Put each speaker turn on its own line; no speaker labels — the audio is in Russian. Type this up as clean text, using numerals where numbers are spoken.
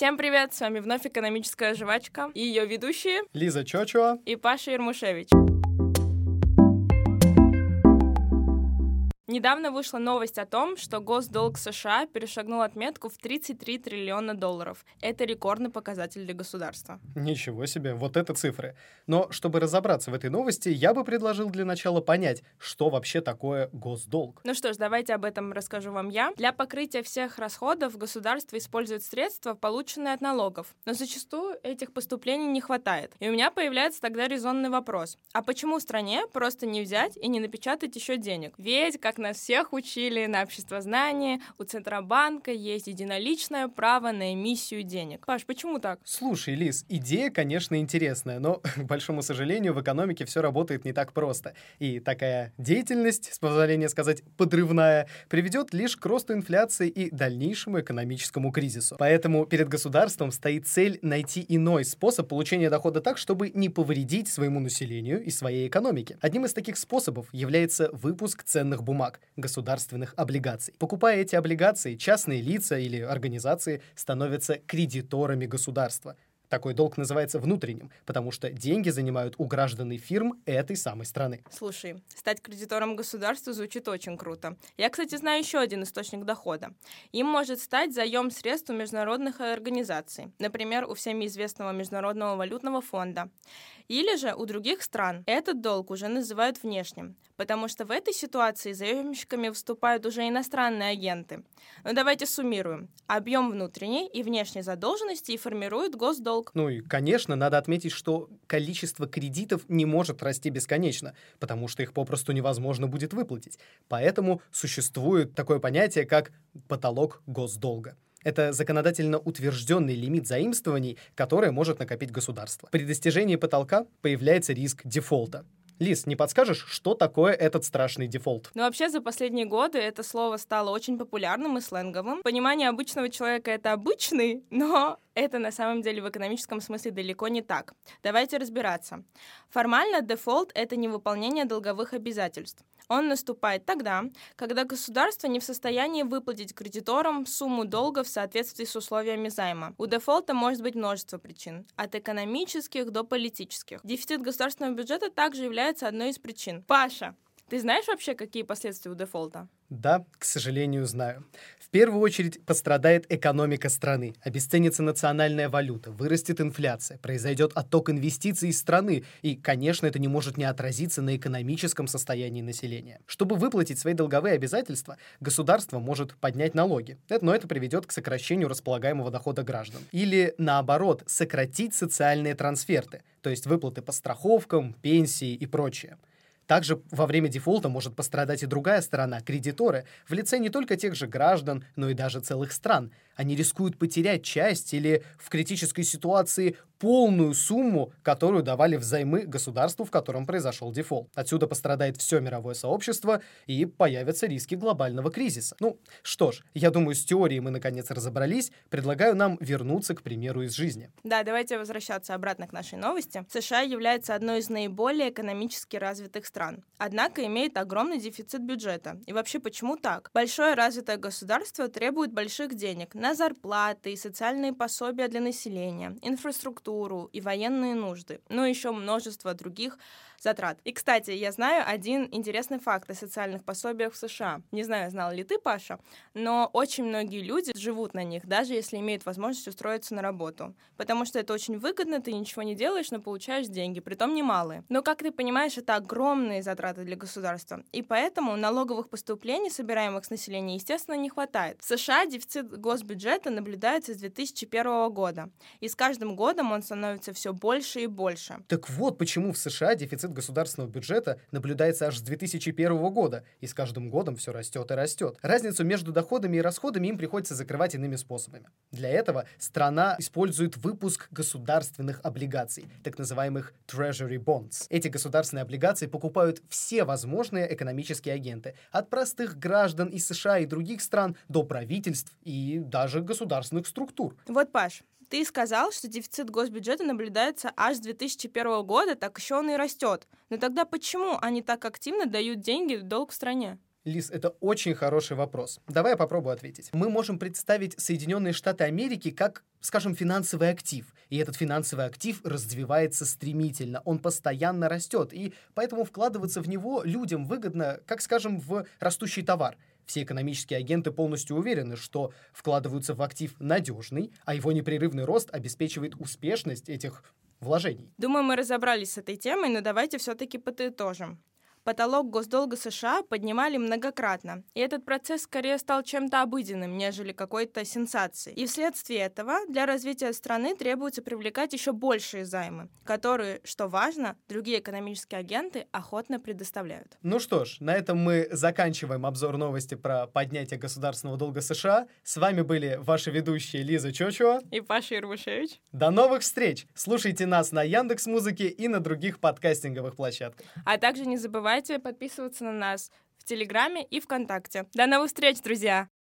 Всем привет, с вами вновь «Экономическая жвачка» и ее ведущие
Лиза Чочуа
и Паша Ермушевич. Недавно вышла новость о том, что госдолг США перешагнул отметку в 33 триллиона долларов. Это рекордный показатель для государства.
Ничего себе, вот это цифры. Но чтобы разобраться в этой новости, я бы предложил для начала понять, что вообще такое госдолг.
Ну что ж, давайте об этом расскажу вам я. Для покрытия всех расходов государство использует средства, полученные от налогов. Но зачастую этих поступлений не хватает. И у меня появляется тогда резонный вопрос. А почему стране просто не взять и не напечатать еще денег? Ведь, как нас всех учили на обществознании, у Центробанка есть единоличное право на эмиссию денег. Паш, почему так?
Слушай, Лиз, идея, конечно, интересная, но, к большому сожалению, в экономике все работает не так просто. И такая деятельность, с позволения сказать, подрывная, приведет лишь к росту инфляции и дальнейшему экономическому кризису. Поэтому перед государством стоит цель найти иной способ получения дохода так, чтобы не повредить своему населению и своей экономике. Одним из таких способов является выпуск ценных бумаг, государственных облигаций. Покупая эти облигации, частные лица или организации становятся кредиторами государства. Такой долг называется внутренним, потому что деньги занимают у граждан и фирм этой самой страны.
Слушай, стать кредитором государства звучит очень круто. Я, кстати, знаю еще один источник дохода. Им может стать заем средств у международных организаций, например, у всеми известного Международного валютного фонда. Или же у других стран этот долг уже называют внешним, потому что в этой ситуации заемщиками выступают уже иностранные агенты. Но давайте суммируем. Объем внутренней и внешней задолженности формирует госдолг.
Ну и, конечно, надо отметить, что количество кредитов не может расти бесконечно, потому что их попросту невозможно будет выплатить. Поэтому существует такое понятие, как потолок госдолга. Это законодательно утвержденный лимит заимствований, который может накопить государство. При достижении потолка появляется риск дефолта. Лиз, не подскажешь, что такое этот страшный дефолт?
Но вообще за последние годы это слово стало очень популярным и сленговым. Понимание обычного человека — это обычный, но это на самом деле в экономическом смысле далеко не так. Давайте разбираться. Формально дефолт — это невыполнение долговых обязательств. Он наступает тогда, когда государство не в состоянии выплатить кредиторам сумму долга в соответствии с условиями займа. У дефолта может быть множество причин, от экономических до политических. Дефицит государственного бюджета также является одной из причин. Паша, ты знаешь вообще, какие последствия у дефолта?
Да, к сожалению, знаю. В первую очередь пострадает экономика страны, обесценится национальная валюта, вырастет инфляция, произойдет отток инвестиций из страны, и, конечно, это не может не отразиться на экономическом состоянии населения. Чтобы выплатить свои долговые обязательства, государство может поднять налоги, но это приведет к сокращению располагаемого дохода граждан. Или, наоборот, сократить социальные трансферты, то есть выплаты по страховкам, пенсии и прочее. Также во время дефолта может пострадать и другая сторона, кредиторы, в лице не только тех же граждан, но и даже целых стран. Они рискуют потерять часть или в критической ситуации полную сумму, которую давали взаймы государству, в котором произошел дефолт. Отсюда пострадает все мировое сообщество и появятся риски глобального кризиса. Ну, что ж, я думаю, с теорией мы наконец разобрались. Предлагаю нам вернуться к примеру из жизни.
Да, давайте возвращаться обратно к нашей новости. США является одной из наиболее экономически развитых стран, однако имеет огромный дефицит бюджета. И вообще, почему так? Большое развитое государство требует больших денег на зарплаты и социальные пособия для населения, инфраструктуру и военные нужды, но еще множество других затрат. И, кстати, я знаю один интересный факт о социальных пособиях в США. Не знаю, знал ли ты, Паша, но очень многие люди живут на них, даже если имеют возможность устроиться на работу. Потому что это очень выгодно, ты ничего не делаешь, но получаешь деньги, притом немалые. Но, как ты понимаешь, это огромные затраты для государства. И поэтому налоговых поступлений, собираемых с населения, естественно, не хватает. В США дефицит госбюджета наблюдается с 2001 года. И с каждым годом он становится все больше и больше.
Так вот, почему в США дефицит государственного бюджета наблюдается аж с 2001 года, и с каждым годом все растет и растет. Разницу между доходами и расходами им приходится закрывать иными способами. Для этого страна использует выпуск государственных облигаций, так называемых Treasury Bonds. Эти государственные облигации покупают все возможные экономические агенты, от простых граждан из США и других стран до правительств и даже государственных структур.
Вот, Паш, ты сказал, что дефицит госбюджета наблюдается аж с 2001 года, так еще он и растет. Но тогда почему они так активно дают деньги в долг в стране?
Лиз, это очень хороший вопрос. Давай я попробую ответить. Мы можем представить Соединенные Штаты Америки как, скажем, финансовый актив. И этот финансовый актив развивается стремительно. Он постоянно растет. И поэтому вкладываться в него людям выгодно, как, скажем, в растущий товар. Все экономические агенты полностью уверены, что вкладываются в актив надежный, а его непрерывный рост обеспечивает успешность этих вложений.
Думаю, мы разобрались с этой темой, но давайте все-таки подытожим. Потолок госдолга США поднимали многократно, и этот процесс скорее стал чем-то обыденным, нежели какой-то сенсацией. И вследствие этого для развития страны требуется привлекать еще большие займы, которые, что важно, другие экономические агенты охотно предоставляют.
Ну что ж, на этом мы заканчиваем обзор новости про поднятие государственного долга США. С вами были ваши ведущие Лиза Чочуа
И Паша Ирвушевич.
До новых встреч! Слушайте нас на Яндекс.Музыке и на других подкастинговых площадках.
А также не забывайте подписываться на нас в Телеграме и ВКонтакте. До новых встреч, друзья!